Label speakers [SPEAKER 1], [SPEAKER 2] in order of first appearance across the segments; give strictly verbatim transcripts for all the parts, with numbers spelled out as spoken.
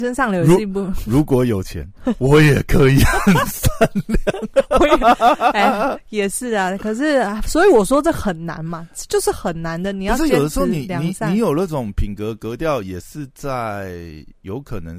[SPEAKER 1] 身上流是一部
[SPEAKER 2] 如，如果有钱，我也可以很善良。
[SPEAKER 1] 我也哎，也是啊。可是，所以我说这很难嘛，就是很难的。你要坚持良善。
[SPEAKER 2] 可是有的时候你你你有那种品格格调，也是在有可能。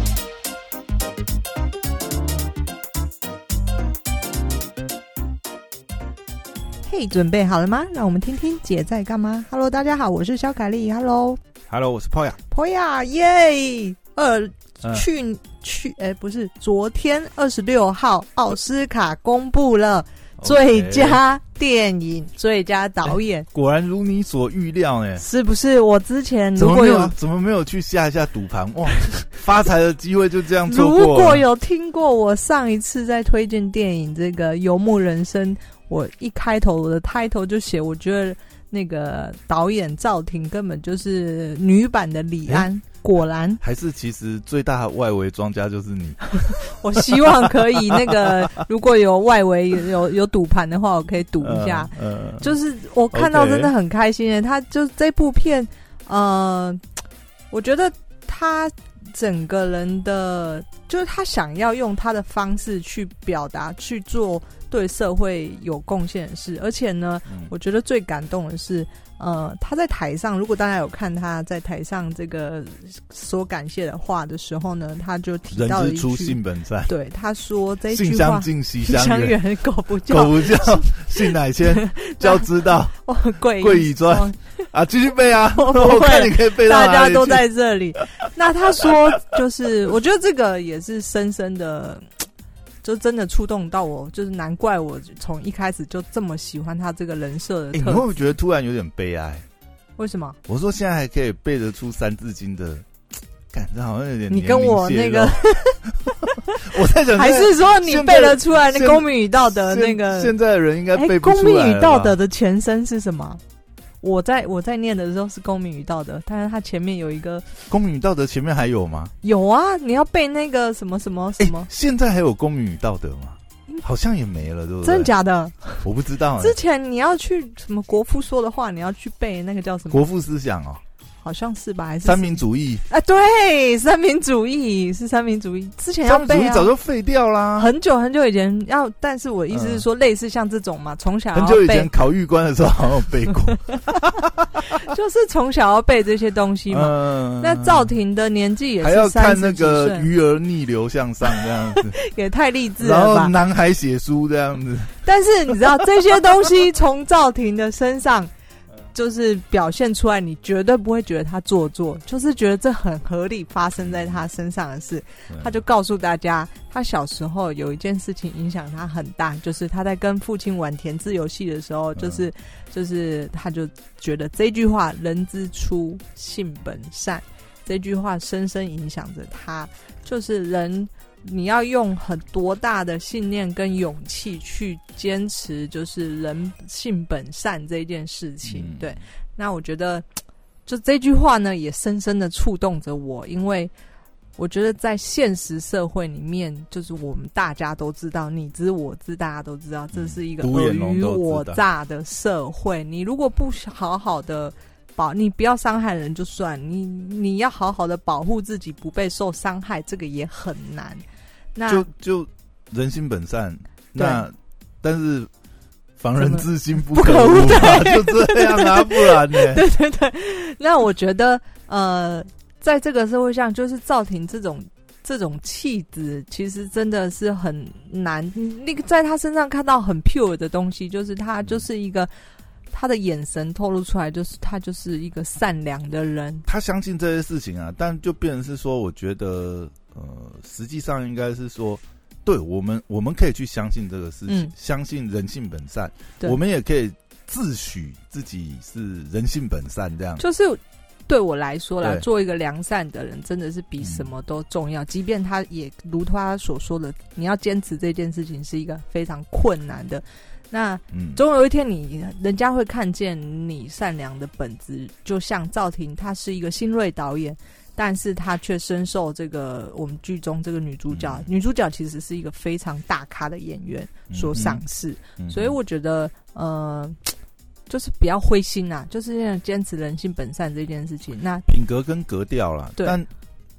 [SPEAKER 1] 嘿，准备好了吗？让我们听听姐在干嘛。Hello， 大家好，我是肖凯丽。Hello，Hello，
[SPEAKER 2] 我是 Poya。
[SPEAKER 1] Poya， 耶！二、呃、去去，哎，不是，昨天二十六号，奥斯卡公布了最佳电影、okay. 最佳导演。
[SPEAKER 2] 果然如你所预料，哎，
[SPEAKER 1] 是不是？我之前如果有
[SPEAKER 2] 怎么没有去下一下赌盘？哇，发财的机会就这样错过了。
[SPEAKER 1] 如果有听过我上一次在推荐电影这个《游牧人生》。我一开头我的 title 就写，我觉得那个导演赵婷根本就是女版的李安，欸、果然
[SPEAKER 2] 还是其实最大的外围庄家就是你。
[SPEAKER 1] 我希望可以那个，如果有外围有有赌盘的话，我可以赌一下。呃呃、就是我看到真的很开心耶， okay. 他就这部片，呃，我觉得他整个人的，就是他想要用他的方式去表达去做。对社会有贡献的事，而且呢、嗯，我觉得最感动的是，呃，他在台上，如果大家有看他在台上这个所感谢的话的时候呢，他就提到了一句，
[SPEAKER 2] 人之初性本善，
[SPEAKER 1] 对，他说这一句话，
[SPEAKER 2] 性相近，习相远，
[SPEAKER 1] 狗不叫，
[SPEAKER 2] 狗不叫，性乃迁，教之道，
[SPEAKER 1] 贵
[SPEAKER 2] 贵以专啊，继续背啊，
[SPEAKER 1] 我,
[SPEAKER 2] 我看你可以背到哪里去，
[SPEAKER 1] 大家都在这里。那他说，就是我觉得这个也是深深的。就真的触动到我，就是难怪我从一开始就这么喜欢他这个人设的特质、欸、
[SPEAKER 2] 你会不会觉得突然有点悲哀？
[SPEAKER 1] 为什么？
[SPEAKER 2] 我说现在还可以背得出三字经的，感觉好像有点
[SPEAKER 1] 你跟我那个
[SPEAKER 2] 我在想
[SPEAKER 1] 还是说你背得出来那公民与道德那个
[SPEAKER 2] 现, 现在的人应该背不出来、欸、
[SPEAKER 1] 公民与道德的前身是什么？我在我在念的时候是公民与道德，但是它前面有一个
[SPEAKER 2] 公民与道德，前面还有吗？
[SPEAKER 1] 有啊，你要背那个什么什么什么、欸、
[SPEAKER 2] 现在还有公民与道德吗？好像也没了，对不对？
[SPEAKER 1] 真的假的？
[SPEAKER 2] 我不知道、欸、
[SPEAKER 1] 之前你要去什么国父说的话，你要去背那个叫什么
[SPEAKER 2] 国父思想哦，
[SPEAKER 1] 好像是吧？还是
[SPEAKER 2] 三民主义？
[SPEAKER 1] 啊，对，三民主义是三民主义，之前要背、啊、
[SPEAKER 2] 三民主义早就废掉啦，
[SPEAKER 1] 很久很久以前要。但是我意思是说，类似像这种嘛，从、嗯、小要背
[SPEAKER 2] 很久以前考预官的时候好像有背过，
[SPEAKER 1] 就是从小要背这些东西嘛。嗯、那赵婷的年纪也是
[SPEAKER 2] 还要看那个鱼儿逆流向上这样子，
[SPEAKER 1] 也太励志了吧！
[SPEAKER 2] 然后男孩写书这样子，
[SPEAKER 1] 但是你知道这些东西从赵婷的身上。就是表现出来，你绝对不会觉得他做作，就是觉得这很合理发生在他身上的事。他就告诉大家，他小时候有一件事情影响他很大，就是他在跟父亲玩填字游戏的时候，就是就是他就觉得这句话“人之初，性本善”这句话深深影响着他，就是人。你要用很多大的信念跟勇气去坚持，就是人性本善这件事情、嗯、对。那我觉得就这句话呢也深深的触动着我，因为我觉得在现实社会里面，就是我们大家都知道，你知我知，大家都知道这是一个尔虞我诈的社会，你如果不好好的保，你不要伤害人就算，你你要好好的保护自己不被受伤害，这个也很难。那
[SPEAKER 2] 就就人心本善，那但是防人之心不可无嘛，就这样啊，不然呢？
[SPEAKER 1] 对对对。那我觉得呃，在这个社会上，就是赵婷这种这种气质，其实真的是很难。那个在他身上看到很 pure 的东西，就是他就是一个。他的眼神透露出来，就是他就是一个善良的人。
[SPEAKER 2] 他相信这些事情啊，但就变成是说，我觉得，呃，实际上应该是说，对我们，我们可以去相信这个事情，嗯、相信人性本善，我们也可以自诩自己是人性本善，这样。
[SPEAKER 1] 就是对我来说啦，做一个良善的人，真的是比什么都重要。嗯、即便他也如他所说的，你要坚持这件事情是一个非常困难的。那总有一天你人家会看见你善良的本质，就像赵婷她是一个新锐导演，但是她却深受这个我们剧中这个女主角、嗯、女主角其实是一个非常大咖的演员所赏识、嗯嗯、所以我觉得呃就是不要灰心啊，就是坚持人性本善这件事情。那
[SPEAKER 2] 品格跟格调啦，但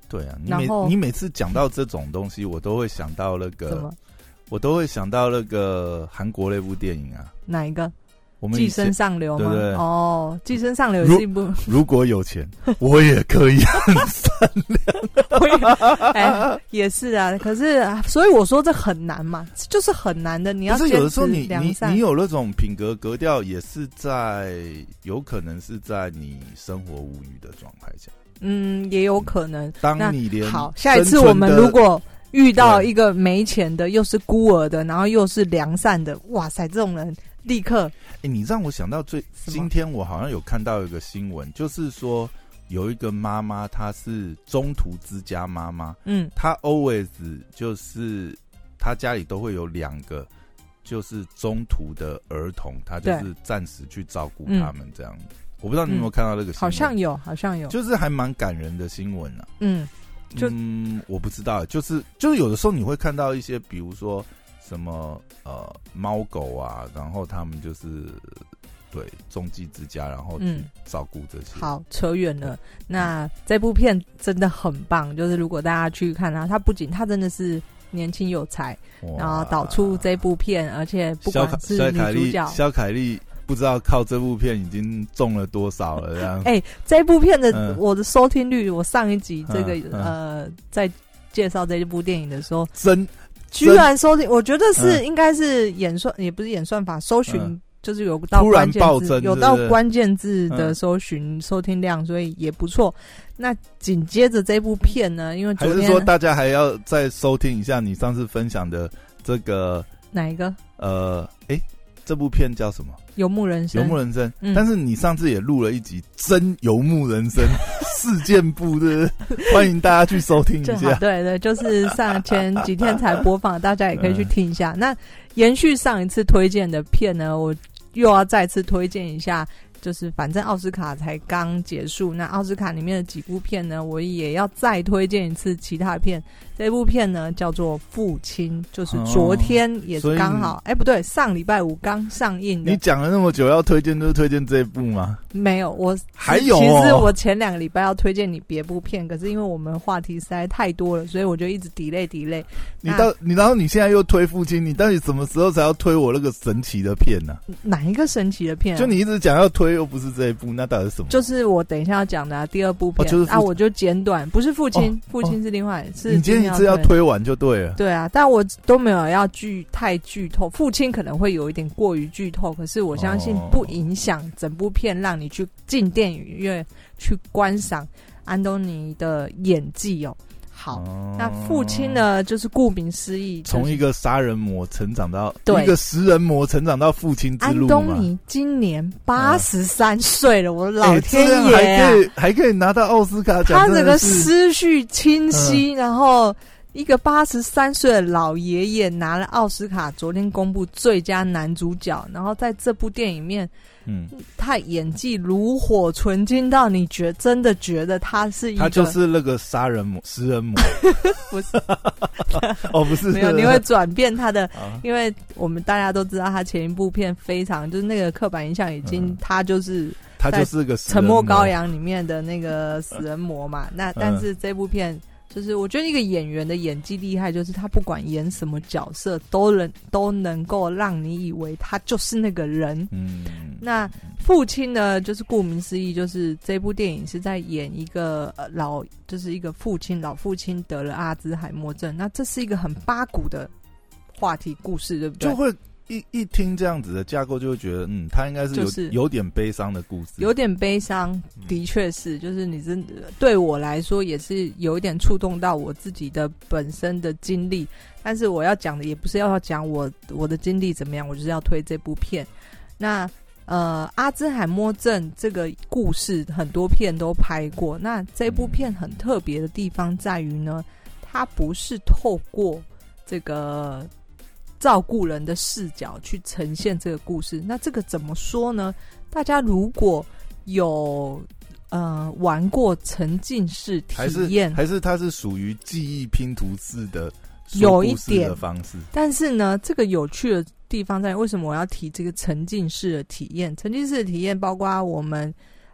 [SPEAKER 2] 对啊，你每你每次讲到这种东西，我都会想到那个，
[SPEAKER 1] 什么？
[SPEAKER 2] 我都会想到那个韩国那部电影啊，
[SPEAKER 1] 哪一个？
[SPEAKER 2] 我们
[SPEAKER 1] 寄生上流吗？
[SPEAKER 2] 对对
[SPEAKER 1] 哦，寄生上流是一部。
[SPEAKER 2] 如果有钱，我也可以很善良。
[SPEAKER 1] 哎，也是啊。可是，所以我说这很难嘛，就是很难的。你要
[SPEAKER 2] 可是有的时候你你
[SPEAKER 1] 你
[SPEAKER 2] 有那种品格格调，也是在有可能是在你生活无虞的状态下。
[SPEAKER 1] 嗯，也有可能。
[SPEAKER 2] 当你连
[SPEAKER 1] 好，下一次我们如果遇到一个没钱的，又是孤儿的，然后又是良善的，哇塞，这种人立刻。
[SPEAKER 2] 哎、欸，你让我想到最今天我好像有看到一个新闻，就是说有一个妈妈，她是中途之家妈妈，嗯，她 always 就是她家里都会有两个就是中途的儿童，她就是暂时去照顾他们这样子。嗯，我不知道你有没有看到那个新闻，
[SPEAKER 1] 好像有，好像有，
[SPEAKER 2] 就是还蛮感人的新闻啊。
[SPEAKER 1] 嗯，就
[SPEAKER 2] 嗯，我不知道，就是就是有的时候你会看到一些，比如说什么呃猫狗啊，然后他们就是对中继之家，然后去照顾这些。
[SPEAKER 1] 嗯、好，扯远了。那这部片真的很棒，就是如果大家去看它，它不仅它真的是年轻有才，然后导出这部片，而且不管是女主角
[SPEAKER 2] 萧凯丽。不知道靠这部片已经中了多少了，这样。
[SPEAKER 1] 哎、欸，这部片的、嗯、我的收听率，我上一集这个、嗯嗯、呃，在介绍这部电影的时候，
[SPEAKER 2] 真
[SPEAKER 1] 居然收听，我觉得是、嗯、应该是演算，也不是演算法，搜寻、嗯、就是有到关键字，有到关键字的搜寻、嗯、收听量，所以也不错。那紧接着这部片呢，因为昨天
[SPEAKER 2] 还是说大家还要再收听一下你上次分享的这个
[SPEAKER 1] 哪一个？
[SPEAKER 2] 呃，哎、欸，这部片叫什么？
[SPEAKER 1] 游牧人生，
[SPEAKER 2] 游牧人生、嗯，但是你上次也录了一集真游牧人生事件部的，欢迎大家去收听一下。
[SPEAKER 1] 对对，就是上前几天才播放，大家也可以去听一下。嗯、那延续上一次推荐的片呢，我又要再次推荐一下。就是反正奥斯卡才刚结束，那奥斯卡里面的几部片呢，我也要再推荐一次其他的片。这部片呢叫做《父亲》，就是昨天也是刚好，哎、哦欸、不对，上礼拜五刚上映的。
[SPEAKER 2] 你讲了那么久，要推荐就是推荐这一部吗？
[SPEAKER 1] 没有，我
[SPEAKER 2] 还有、哦，
[SPEAKER 1] 其实我前两个礼拜要推荐你别部片，可是因为我们话题实在太多了，所以我就一直 delay delay。
[SPEAKER 2] 你到你然后你现在又推《父亲》，你到底什么时候才要推我那个神奇的片呢、啊？
[SPEAKER 1] 哪一个神奇的片、啊？
[SPEAKER 2] 就你一直讲要推，又不是这一部，那到底是什么？
[SPEAKER 1] 就是我等一下要讲的、啊、第二部片、哦就是、啊，我就简短，不是父亲，哦、父亲是另外，哦、是
[SPEAKER 2] 你今天一次要推完就对了。
[SPEAKER 1] 对啊，但我都没有要剧太剧透，父亲可能会有一点过于剧透，可是我相信不影响整部片，让你去进电影院去观赏安东尼的演技哦。好、哦，那父亲呢，就是顾名思义，
[SPEAKER 2] 从、就是、一个杀人魔成长到一个食人魔，成长到父亲之路嘛。
[SPEAKER 1] 安东尼今年八十三岁了，我的老天爷、啊
[SPEAKER 2] 欸，还可以还可以拿到奥斯卡奖，
[SPEAKER 1] 他整个思绪清晰，嗯、然后一个八十三岁的老爷爷拿了奥斯卡，昨天公布最佳男主角，然后在这部电影里面。嗯，他演技炉火纯青到你觉真的觉得他是一个，
[SPEAKER 2] 他就是那个杀人魔、食人魔，
[SPEAKER 1] 不是？
[SPEAKER 2] 哦，不是，
[SPEAKER 1] 没有，你会转变他的，啊、因为我们大家都知道他前一部片非常就是那个刻板印象已经，嗯、他就是
[SPEAKER 2] 他就是个
[SPEAKER 1] 沉默羔羊里面的那个死人魔嘛。那但是这部片。就是我觉得一个演员的演技厉害，就是他不管演什么角色，都能都能够让你以为他就是那个人。嗯，那父亲呢，就是顾名思义，就是这部电影是在演一个、呃、老，就是一个父亲，老父亲得了阿兹海默症。那这是一个很八股的话题故事，对不对？
[SPEAKER 2] 就会。一一听这样子的架构，就会觉得，嗯，他应该是有、就是、有点悲伤的故事，
[SPEAKER 1] 有点悲伤，的确是，就是你真的对我来说也是有一点触动到我自己的本身的经历，但是我要讲的也不是要讲我我的经历怎么样，我就是要推这部片。那呃，阿兹海默症这个故事很多片都拍过，那这部片很特别的地方在于呢，它不是透过这个。照顾人的视角去呈现这个故事，那这个怎么说呢？大家如果有呃玩过沉浸式体验，
[SPEAKER 2] 还是还是它是属于记忆拼图式的
[SPEAKER 1] 有一点
[SPEAKER 2] 的方式。
[SPEAKER 1] 但是呢，这个有趣的地方在为什么我要提这个沉浸式的体验？沉浸式的体验包括我们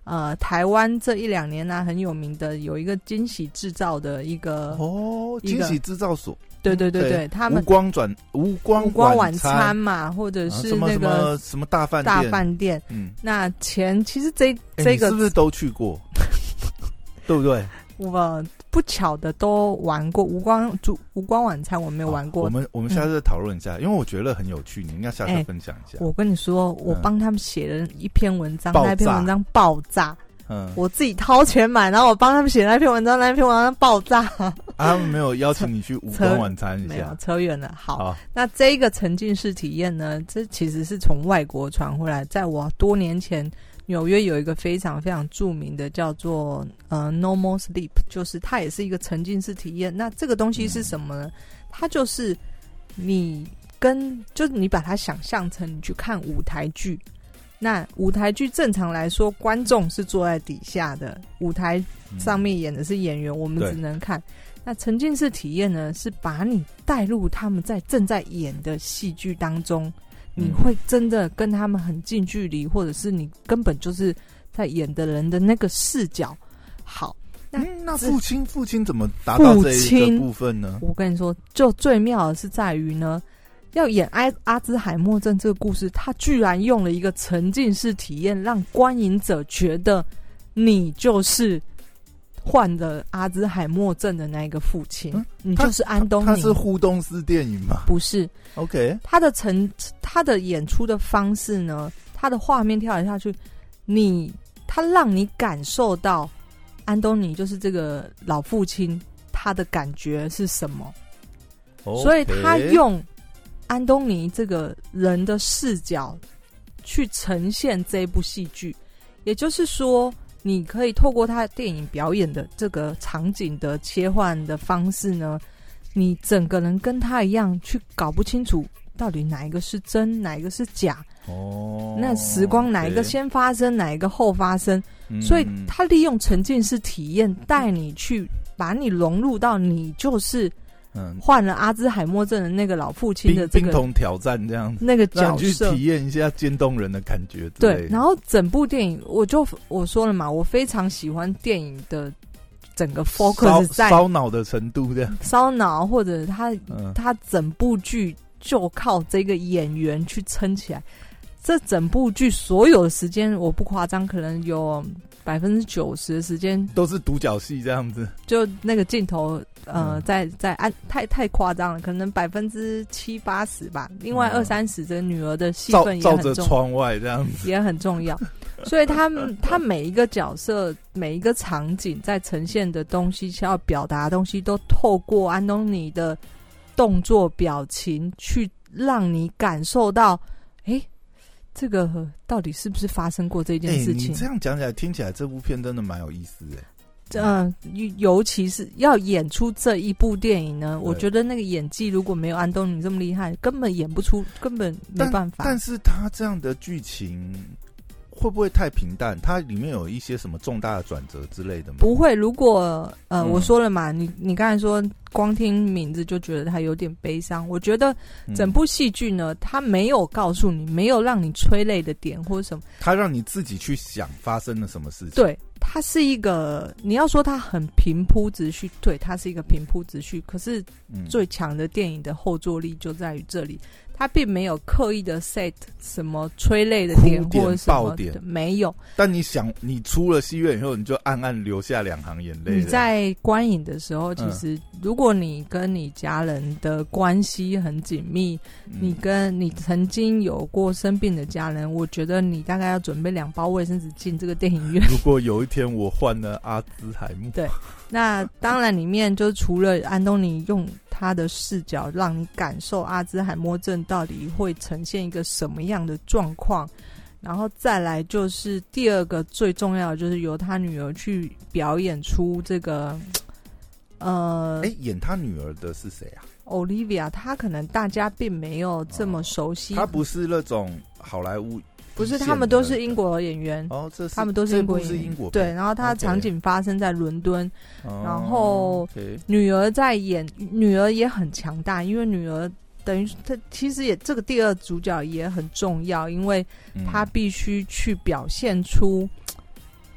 [SPEAKER 1] 呃，台湾这一两年呢、啊、很有名的有一个惊喜制造的一个
[SPEAKER 2] 哦，惊喜制造所，
[SPEAKER 1] 对对对对，他们
[SPEAKER 2] 无光转无光
[SPEAKER 1] 无光晚餐嘛，或者是那个、
[SPEAKER 2] 啊、什么什么大饭店
[SPEAKER 1] 大饭店，嗯，那前其实这、欸、这个
[SPEAKER 2] 是不是都去过，对不对？
[SPEAKER 1] 我不巧的都玩过无光无光晚餐，我没有玩过。
[SPEAKER 2] 我们我们下次讨论一下、嗯，因为我觉得很有趣，你应该下次分享一下。
[SPEAKER 1] 欸、我跟你说，我帮他们写了一篇文章，嗯、那篇文章爆炸。嗯，我自己掏钱买，然后我帮他们写那篇文章，那篇文章爆炸。
[SPEAKER 2] 啊，他们没有邀请你去无光晚餐一下？
[SPEAKER 1] 没有，扯远了。好，好，那这一个沉浸式体验呢，这其实是从外国传回来，在我多年前。纽约有一个非常非常著名的叫做呃 No More Sleep， 就是它也是一个沉浸式体验。那这个东西是什么呢？它就是你跟就是你把它想象成你去看舞台剧。那舞台剧正常来说，观众是坐在底下的，舞台上面演的是演员，嗯、我们只能看。那沉浸式体验呢，是把你带入他们在正在演的戏剧当中。你会真的跟他们很近距离，或者是你根本就是在演的人的那个视角。好，那、
[SPEAKER 2] 嗯、那父亲父亲怎么达到这一个部分呢？
[SPEAKER 1] 我跟你说，就最妙的是在于呢，要演阿阿兹海默症这个故事，他居然用了一个沉浸式体验，让观影者觉得你就是患了阿兹海默症的那个父亲，嗯、你就是安东尼。
[SPEAKER 2] 他是互动式电影吗？
[SPEAKER 1] 不是。
[SPEAKER 2] OK，
[SPEAKER 1] 他的成他的演出的方式呢，他的画面跳来跳去，你他让你感受到安东尼就是这个老父亲他的感觉是什么， okay. 所以他用安东尼这个人的视角去呈现这部戏剧，也就是说，你可以透过他电影表演的这个场景的切换的方式呢。你整个人跟他一样去搞不清楚到底哪一个是真哪一个是假哦，那时光哪一个先发生、okay. 哪一个后发生、嗯、所以他利用沉浸式体验带你去把你融入到你就是患了阿兹海默症的那个老父亲的这个
[SPEAKER 2] 冰桶挑战这样子
[SPEAKER 1] 那个角色，
[SPEAKER 2] 让你去体验一下渐冻人的感觉。
[SPEAKER 1] 对，然后整部电影我就我说了嘛，我非常喜欢电影的整个 focus 在
[SPEAKER 2] 烧脑的程度，这样
[SPEAKER 1] 烧脑，或者他、嗯、他整部剧就靠这个演员去撑起来。这整部剧所有的时间，我不夸张，可能有百分之九十的时间
[SPEAKER 2] 都是独角戏这样子。
[SPEAKER 1] 就那个镜头，呃，嗯、在在按太太夸张了，可能百分之七八十吧。另外二三十，这个女儿的戏份也很重，
[SPEAKER 2] 照着窗外这样子
[SPEAKER 1] 也很重要。所以他们他每一个角色每一个场景在呈现的东西要表达的东西都透过安东尼的动作表情去让你感受到诶这个到底是不是发生过这件事情、
[SPEAKER 2] 欸、你这样讲起来听起来这部片真的蛮有意思的。
[SPEAKER 1] 嗯、呃，尤其是要演出这一部电影呢，我觉得那个演技如果没有安东尼这么厉害根本演不出，根本没办法。
[SPEAKER 2] 但, 但是他这样的剧情会不会太平淡？它里面有一些什么重大的转折之类的吗？
[SPEAKER 1] 不会，如果呃、嗯、我说了嘛，你你刚才说光听名字就觉得它有点悲伤，我觉得整部戏剧呢，它没有告诉你，没有让你催泪的点或者什么，
[SPEAKER 2] 它让你自己去想发生了什么事情。
[SPEAKER 1] 对，它是一个，你要说它很平铺直叙，对，它是一个平铺直叙，可是最强的电影的后坐力就在于这里。他并没有刻意的 set 什么催泪的点或者什么的，没有。
[SPEAKER 2] 但你想，你出了戏院以后，你就暗暗流下两行眼泪。
[SPEAKER 1] 你在观影的时候，其实、嗯、如果你跟你家人的关系很紧密、嗯，你跟你曾经有过生病的家人，我觉得你大概要准备两包卫生纸进这个电影院。
[SPEAKER 2] 如果有一天我患了阿兹海默，
[SPEAKER 1] 对，那当然里面就除了安东尼用他的视角让你感受阿兹海默症到底会呈现一个什么样的状况，然后再来就是第二个最重要的就是由他女儿去表演出这个呃，
[SPEAKER 2] 哎，演他女儿的是谁啊？
[SPEAKER 1] Olivia， 她可能大家并没有这么熟悉，
[SPEAKER 2] 她、哦、不是那种好莱坞，
[SPEAKER 1] 不是，他们都是英国演员
[SPEAKER 2] 哦，这是
[SPEAKER 1] 他们都是英国演员，
[SPEAKER 2] 是英国
[SPEAKER 1] 对。然后他场景发生在伦敦，
[SPEAKER 2] okay.
[SPEAKER 1] 然后女儿在演，女儿也很强大，因为女儿等于她其实也这个第二主角也很重要，因为她必须去表现出，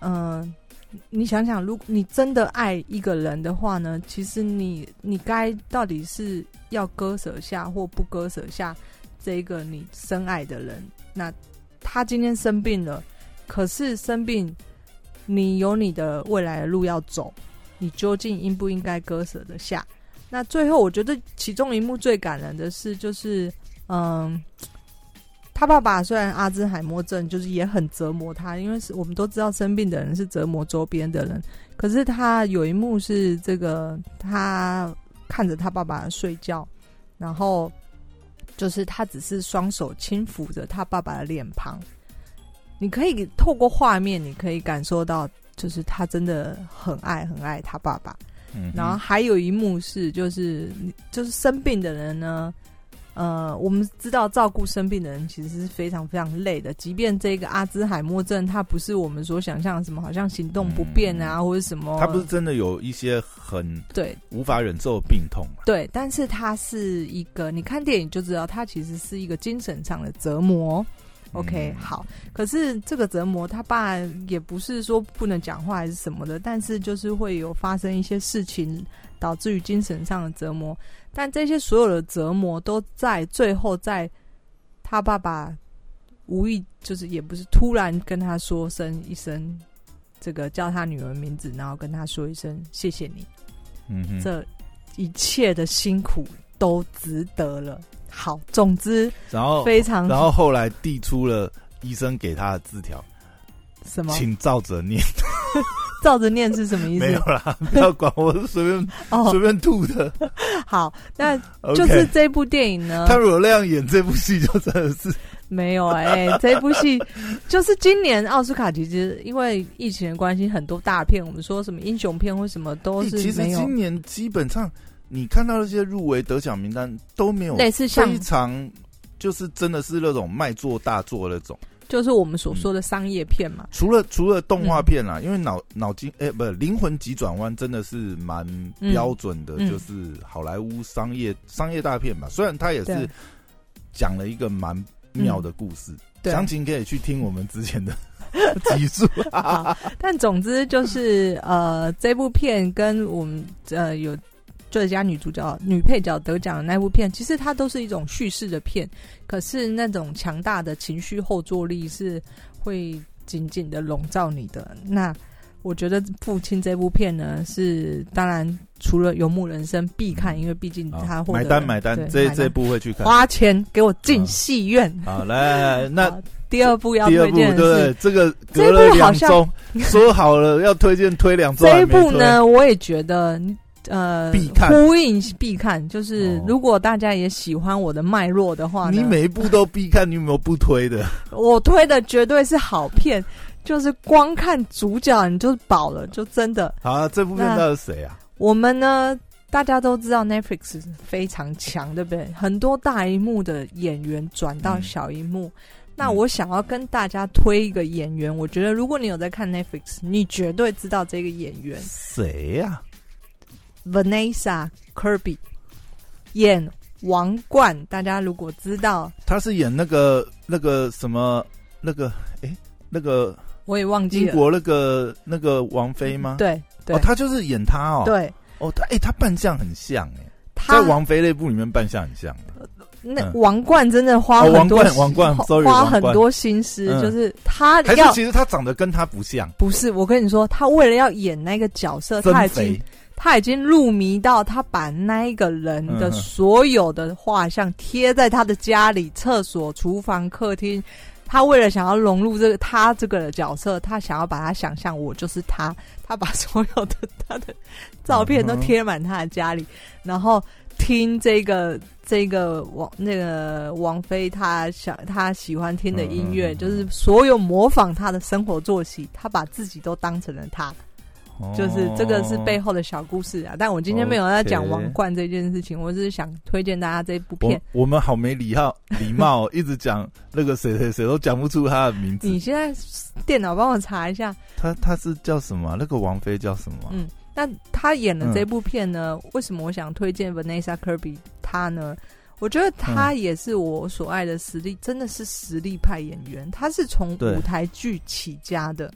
[SPEAKER 1] 嗯、呃，你想想，如果你真的爱一个人的话呢，其实你你该到底是要割舍下或不割舍下这个你深爱的人。那他今天生病了，可是生病你有你的未来的路要走，你究竟应不应该割舍得下？那最后我觉得其中一幕最感人的是，就是嗯，他爸爸虽然阿兹海默症，就是也很折磨他，因为是我们都知道生病的人是折磨周边的人，可是他有一幕是这个，他看着他爸爸睡觉，然后就是他只是双手轻抚着他爸爸的脸庞，你可以透过画面你可以感受到，就是他真的很爱很爱他爸爸。嗯、然后还有一幕是就是就是生病的人呢，呃，我们知道照顾生病的人其实是非常非常累的，即便这个阿兹海默症它不是我们所想象的什么好像行动不便啊、嗯、或者什么，
[SPEAKER 2] 它不是真的有一些很
[SPEAKER 1] 对
[SPEAKER 2] 无法忍受的病痛，
[SPEAKER 1] 对，但是它是一个你看电影就知道它其实是一个精神上的折磨。OK， 好，可是这个折磨他爸也不是说不能讲话还是什么的，但是就是会有发生一些事情导致于精神上的折磨，但这些所有的折磨都在最后在他爸爸无意就是也不是突然跟他说声一声这个叫他女儿名字，然后跟他说一声谢谢你，嗯哼，这一切的辛苦都值得了。好，总之，
[SPEAKER 2] 然后
[SPEAKER 1] 非常，
[SPEAKER 2] 然后后来递出了医生给他的字条，
[SPEAKER 1] 什么？请
[SPEAKER 2] 照着念。
[SPEAKER 1] 照着念是什么意思？
[SPEAKER 2] 没有啦，不要管我，是随便哦，随便吐的。
[SPEAKER 1] 好，那就是这部电影呢。
[SPEAKER 2] 他如果那样演这部戏，就真的是
[SPEAKER 1] 没有哎、欸，这部戏就是今年奥斯卡其实因为疫情的关系，很多大片，我们说什么英雄片或什么都是没有。
[SPEAKER 2] 其实今年基本上。你看到那些入围得奖名单都没有
[SPEAKER 1] 类似像
[SPEAKER 2] 非常就是真的是那种卖座大作那种，
[SPEAKER 1] 就是我们所说的商业片嘛。
[SPEAKER 2] 嗯、除了除了动画片啦，嗯、因为脑脑筋哎、欸、不灵魂急转弯真的是蛮标准的、嗯，就是好莱坞商业商业大片吧。虽然它也是讲了一个蛮妙的故事，嗯、详情可以去听我们之前的集数。
[SPEAKER 1] 但总之就是呃，这部片跟我们呃有。最佳女主角、女配角得奖的那部片，其实它都是一种叙事的片，可是那种强大的情绪后坐力是会紧紧的笼罩你的。那我觉得《父亲》这部片呢，是当然除了《游牧人生》必看，因为毕竟他获得
[SPEAKER 2] 买单买单，这这部会去看，
[SPEAKER 1] 花钱给我进戏院。
[SPEAKER 2] 好，来那。
[SPEAKER 1] 第二部要推荐的是，
[SPEAKER 2] 对对，这个隔了两周，说好了要推荐推两周，
[SPEAKER 1] 这一部呢，我也觉得。呃，
[SPEAKER 2] 必看
[SPEAKER 1] 呼应必看，就是如果大家也喜欢我的脉络的话呢，
[SPEAKER 2] 你每一部都必看，你有没有不推的？
[SPEAKER 1] 我推的绝对是好片，就是光看主角你就饱了，就真的。
[SPEAKER 2] 好啊，这部片到底是谁啊？
[SPEAKER 1] 我们呢，大家都知道 Netflix 非常强，对不对？很多大荧幕的演员转到小荧幕。嗯，那我想要跟大家推一个演员，我觉得如果你有在看 Netflix， 你绝对知道这个演员。
[SPEAKER 2] 谁呀
[SPEAKER 1] ？Vanessa Kirby 演王冠，大家如果知道，
[SPEAKER 2] 他是演那个那个什么那个哎、欸、那个
[SPEAKER 1] 我也忘记了，
[SPEAKER 2] 英国那个那个王妃吗？
[SPEAKER 1] 对对、
[SPEAKER 2] 哦，他就是演他哦。
[SPEAKER 1] 对
[SPEAKER 2] 哦，他哎、欸、他扮相很像哎、欸，在王妃那部里面扮相很像。
[SPEAKER 1] 那王冠真的花很多、
[SPEAKER 2] 哦、王冠王冠 sorry
[SPEAKER 1] 花很多心思、嗯、就是他
[SPEAKER 2] 还是其实他长得跟他不像。
[SPEAKER 1] 不是，我跟你说，他为了要演那个角色，他已经他已经入迷到他把那一个人的所有的画像贴在他的家里、厕所、厨房、客厅。他为了想要融入这个他这个角色，他想要把他想象我就是他，他把所有的他的照片都贴满他的家里，嗯、然后听这个这个王那个王菲他想他喜欢听的音乐、嗯，就是所有模仿他的生活作息，他把自己都当成了他。就是这个是背后的小故事啊，但我今天没有在讲王冠这件事情， okay. 我只是想推荐大家这部片。
[SPEAKER 2] 我, 我们好没礼貌，礼貌一直讲那个谁谁谁都讲不出他的名字。
[SPEAKER 1] 你现在电脑帮我查一下，
[SPEAKER 2] 他他是叫什么？那个王菲叫什么？
[SPEAKER 1] 嗯，那他演的这部片呢？嗯、为什么我想推荐 Vanessa Kirby 他呢？我觉得他也是我所爱的实力，嗯、真的是实力派演员。他是从舞台剧起家的。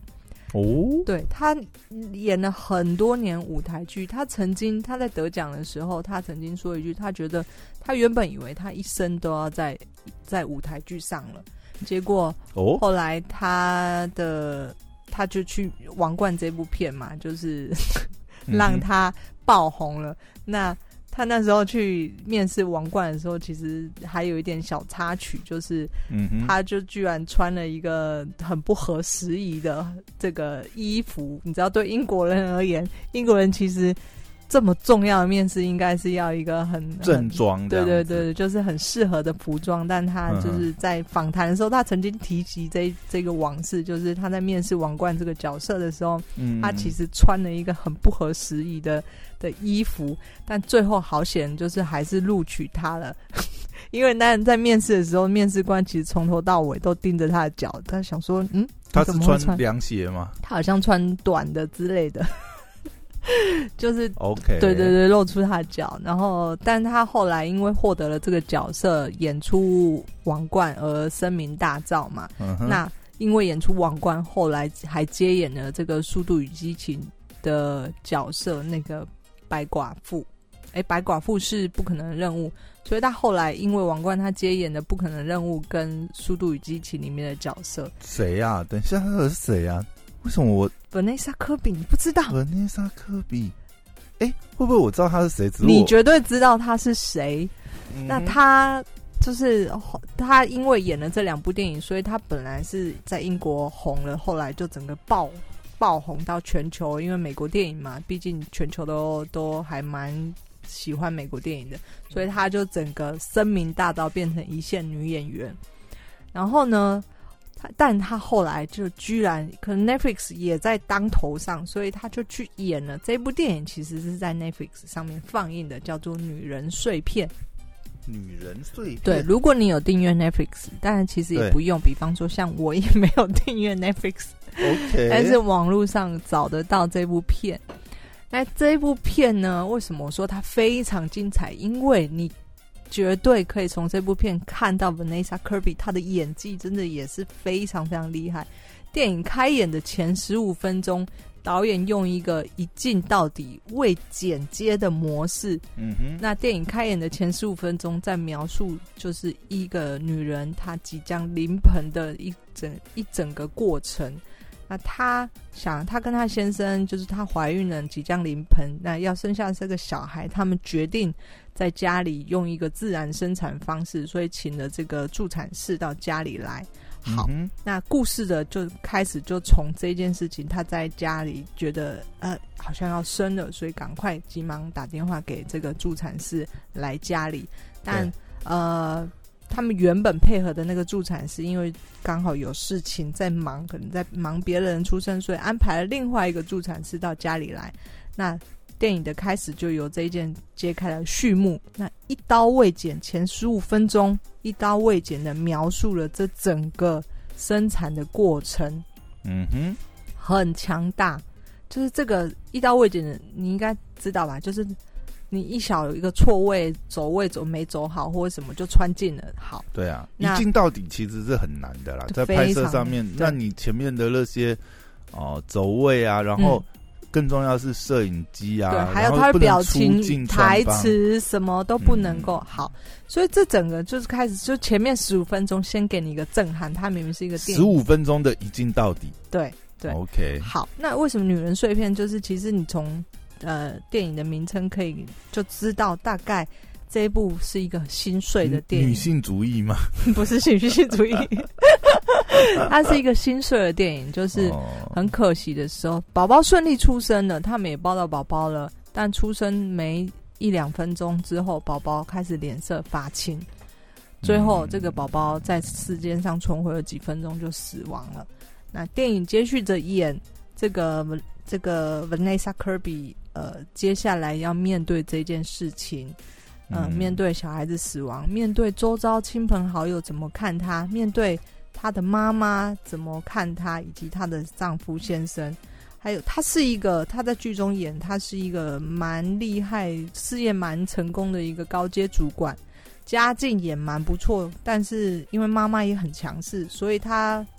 [SPEAKER 2] 哦，
[SPEAKER 1] 对，他演了很多年舞台剧。他曾经他在得奖的时候，他曾经说一句，他觉得他原本以为他一生都要在在舞台剧上了，结果后来他的他就去《王冠》这部片嘛，就是让他爆红了。嗯、那他那时候去面试王冠的时候，其实还有一点小插曲，就是他就居然穿了一个很不合时宜的这个衣服。你知道，对英国人而言，英国人其实这么重要的面试应该是要一个很
[SPEAKER 2] 正装的，
[SPEAKER 1] 对对对，就是很适合的服装。但他就是在访谈的时候，他曾经提及这这个往事，就是他在面试王冠这个角色的时候，嗯、他其实穿了一个很不合时宜的的衣服，但最后好险就是还是录取他了。因为那人在面试的时候，面试官其实从头到尾都盯着他的脚，他想说，嗯，
[SPEAKER 2] 他是穿凉鞋吗？
[SPEAKER 1] 他好像穿短的之类的。就是
[SPEAKER 2] OK，
[SPEAKER 1] 对对对，露出他的脚。然后，但他后来因为获得了这个角色，演出王冠而声名大噪嘛。嗯、那因为演出王冠，后来还接演了这个《速度与激情》的角色，那个白寡妇。哎，白寡妇是不可能的任务，所以他后来因为王冠，他接演的不可能任务跟《速度与激情》里面的角色。
[SPEAKER 2] 谁呀、啊？等一下，他是谁呀、啊？为什么我
[SPEAKER 1] Vanessa Kirby你不知道
[SPEAKER 2] ？Vanessa Kirby， 哎，会不会我知道他是谁？
[SPEAKER 1] 你绝对知道他是谁。嗯、那他就是他，因为演了这两部电影，所以他本来是在英国红了，后来就整个爆爆红到全球。因为美国电影嘛，毕竟全球都都还蛮喜欢美国电影的，所以他就整个声名大噪，变成一线女演员。然后呢？但他后来就居然可能 Netflix 也在当头上，所以他就去演了这部电影。其实是在 Netflix 上面放映的，叫做《女人碎片》。
[SPEAKER 2] 女人碎片，
[SPEAKER 1] 对，如果你有订阅 Netflix， 当然其实也不用，比方说像我也没有订阅 Netflix，OK， 但是网络上找得到这部片。那这部片呢，为什么我说它非常精彩？因为你绝对可以从这部片看到 Vanessa Kirby 她的演技真的也是非常非常厉害。电影开演的前十五分钟，导演用一个一镜到底未剪接的模式，嗯哼，那电影开演的前十五分钟在描述就是一个女人她即将临盆的一整一整个过程。那她想，她跟她先生就是她怀孕了，即将临盆，那要生下这个小孩，他们决定在家里用一个自然生产方式，所以请了这个助产士到家里来。好，嗯、那故事的就开始就从这件事情，她在家里觉得呃好像要生了，所以赶快急忙打电话给这个助产士来家里，但呃。他们原本配合的那个助产士，因为刚好有事情在忙，可能在忙别的人出生，所以安排了另外一个助产士到家里来。那电影的开始就由这一件揭开了序幕。那一刀未剪，前十五分钟一刀未剪的描述了这整个生产的过程。嗯哼，很强大。就是这个一刀未剪的，你应该知道吧？就是你一小有一个错位，走位走没走好或者什么就穿进了。好，
[SPEAKER 2] 对啊，一镜到底其实是很难的啦，在拍摄上面，那你前面的那些哦走位啊，然后更重要是摄影机啊，
[SPEAKER 1] 对，还有他的表情、台词什么都不能够、嗯、好，所以这整个就是开始就前面十五分钟先给你一个震撼，它明明是一个电影，
[SPEAKER 2] 十五分钟的一镜到底，
[SPEAKER 1] 对对
[SPEAKER 2] ，OK，
[SPEAKER 1] 好，那为什么女人碎片？就是其实你从呃，电影的名称可以就知道，大概这一部是一个心碎的电影。
[SPEAKER 2] 女性主义吗？
[SPEAKER 1] 不是女性主义，它是一个心碎的电影。就是很可惜的时候，宝宝顺利出生了，他们也抱到宝宝了，但出生没一两分钟之后，宝宝开始脸色发青，最后这个宝宝在世间上存活了几分钟就死亡了。那电影接续着演这个这个 Vanessa Kirby。呃，接下来要面对这件事情，呃、嗯，面对小孩子死亡，面对周遭亲朋好友怎么看她，面对她的妈妈怎么看她，以及她的丈夫先生，还有她是一个，她在剧中演，她是一个蛮厉害、事业蛮成功的一个高阶主管，家境也蛮不错，但是因为妈妈也很强势，所以她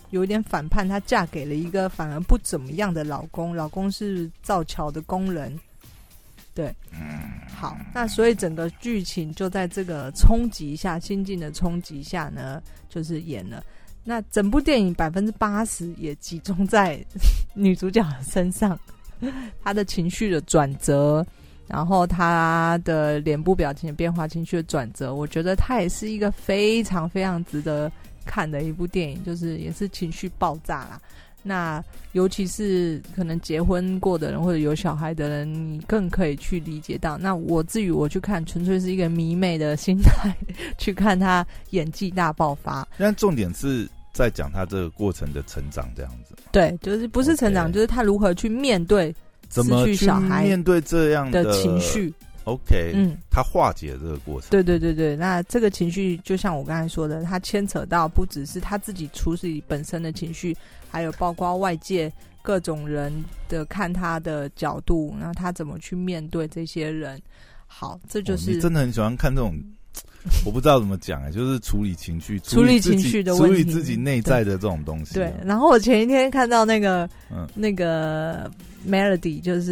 [SPEAKER 1] 有一点反叛，她嫁给了一个反而不怎么样的老公，老公是造桥的工人。对，好，那所以整个剧情就在这个冲击下，心境的冲击下呢，就是演了。那整部电影百分之八十也集中在女主角身上，她的情绪的转折，然后她的脸部表情的变化，情绪的转折，我觉得她也是一个非常非常值得看的一部电影，就是也是情绪爆炸啦。那尤其是可能结婚过的人或者有小孩的人，你更可以去理解到。那我至于我去看，纯粹是一个迷妹的心态去看他演技大爆发。
[SPEAKER 2] 但重点是在讲他这个过程的成长，这样子。
[SPEAKER 1] 对，就是不是成长， okay. 就是他如何去面对失去小孩
[SPEAKER 2] 面对这样的
[SPEAKER 1] 情绪。
[SPEAKER 2] OK， 嗯，他化解这个过程。
[SPEAKER 1] 对对对对，那这个情绪就像我刚才说的，他牵扯到不只是他自己处理本身的情绪，还有包括外界各种人的看他的角度，然后他怎么去面对这些人。好，这就是、
[SPEAKER 2] 哦、你真的很喜欢看这种，我不知道怎么讲哎，就是处理情绪、
[SPEAKER 1] 处理情绪的问题，
[SPEAKER 2] 处理自己内在的这种东西。
[SPEAKER 1] 对，然后我前一天看到那个，嗯，那个 Melody 就是。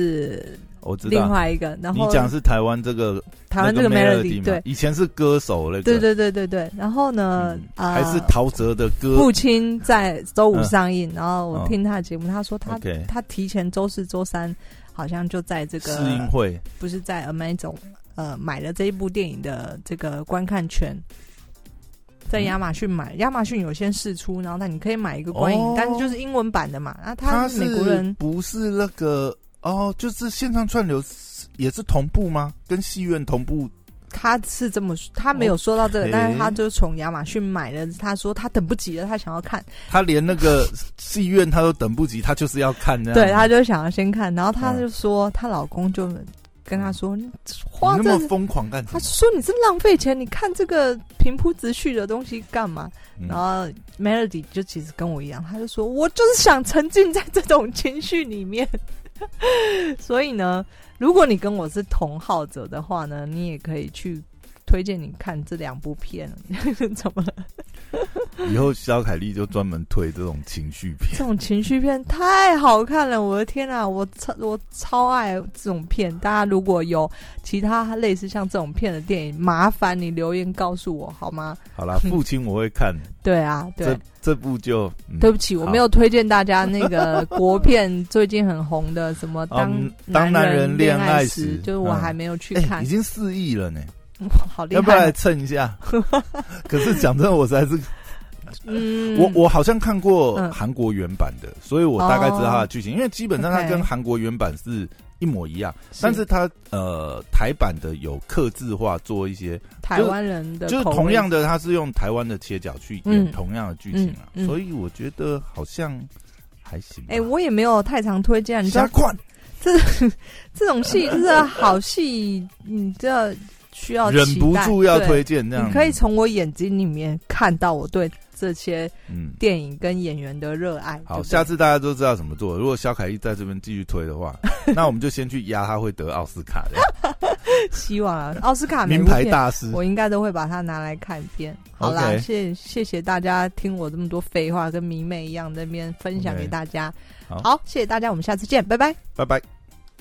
[SPEAKER 2] 我知道
[SPEAKER 1] 另外一个，然后
[SPEAKER 2] 你讲是台湾这个
[SPEAKER 1] 台湾这个 Melody，
[SPEAKER 2] 对，以前是歌手那个，
[SPEAKER 1] 对对对对对。然后呢，
[SPEAKER 2] 嗯呃、还是陶喆的歌。
[SPEAKER 1] 父亲在周五上映，嗯、然后我听他的节目，
[SPEAKER 2] 嗯、
[SPEAKER 1] 他说他、
[SPEAKER 2] okay.
[SPEAKER 1] 他提前周四周三好像就在这个
[SPEAKER 2] 试映会，
[SPEAKER 1] 不是在 Amazon 呃买了这一部电影的这个观看权。在亚马逊买，亚马逊有先试出，然后那你可以买一个观影，哦、但是就是英文版的嘛。那他是美国人，
[SPEAKER 2] 不是那个。哦，就是线上串流也是同步吗？跟戏院同步？
[SPEAKER 1] 他是这么，他没有说到这个， okay. 但是他就从亚马逊买了。他说他等不及了，他想要看。
[SPEAKER 2] 他连那个戏院他都等不及，他就是要看这样。
[SPEAKER 1] 对，他就想要先看，然后他就说，她、嗯、老公就跟他说：“你花这
[SPEAKER 2] 你那么疯狂干什么？”
[SPEAKER 1] 他说：“你是浪费钱，你看这个平铺直叙的东西干嘛？”嗯、然后 Melody 就其实跟我一样，他就说：“我就是想沉浸在这种情绪里面。”所以呢，如果你跟我是同好者的话呢，你也可以去推荐你看这两部片。怎么了？
[SPEAKER 2] 以后肖凯丽就专门推这种情绪片，
[SPEAKER 1] 这种情绪片太好看了，我的天啊，我超我超爱这种片。大家如果有其他类似像这种片的电影，麻烦你留言告诉我好吗？
[SPEAKER 2] 好啦，父亲我会看。
[SPEAKER 1] 对啊，对，
[SPEAKER 2] 这这部就、嗯、
[SPEAKER 1] 对不起，我没有推荐大家那个国片最近很红的什么当、
[SPEAKER 2] 嗯、当男人恋爱时，
[SPEAKER 1] 就是我还没有去看，
[SPEAKER 2] 嗯欸、已经四亿了呢。
[SPEAKER 1] 好厉害！
[SPEAKER 2] 要不要来蹭一下？可是讲真的，我实在是，嗯，我我好像看过韩国原版的，嗯、所以我大概知道它的剧情，哦、因为基本上它跟韩国原版是一模一样，是但是它呃台版的有客制化做一些
[SPEAKER 1] 台湾人的口味，
[SPEAKER 2] 就是同样的，它是用台湾的切角去演同样的剧情啊，嗯嗯嗯、所以我觉得好像还行。
[SPEAKER 1] 哎、欸，我也没有太常推荐，你知道，这这种戏就是好戏，你知道。需要
[SPEAKER 2] 忍不住要推荐这样，
[SPEAKER 1] 你可以从我眼睛里面看到我对这些电影跟演员的热爱。
[SPEAKER 2] 嗯、好，下次大家都知道怎么做。如果肖凯丽在这边继续推的话，那我们就先去压他会得奥斯卡的。
[SPEAKER 1] 希望啊，奥斯卡
[SPEAKER 2] 名牌大师，
[SPEAKER 1] 我应该都会把它拿来看一遍。好啦， okay. 谢谢谢大家听我这么多废话，跟迷妹一样在那边分享给大家。
[SPEAKER 2] Okay.
[SPEAKER 1] 好，好，谢谢大家，我们下次见，拜拜，
[SPEAKER 2] 拜拜。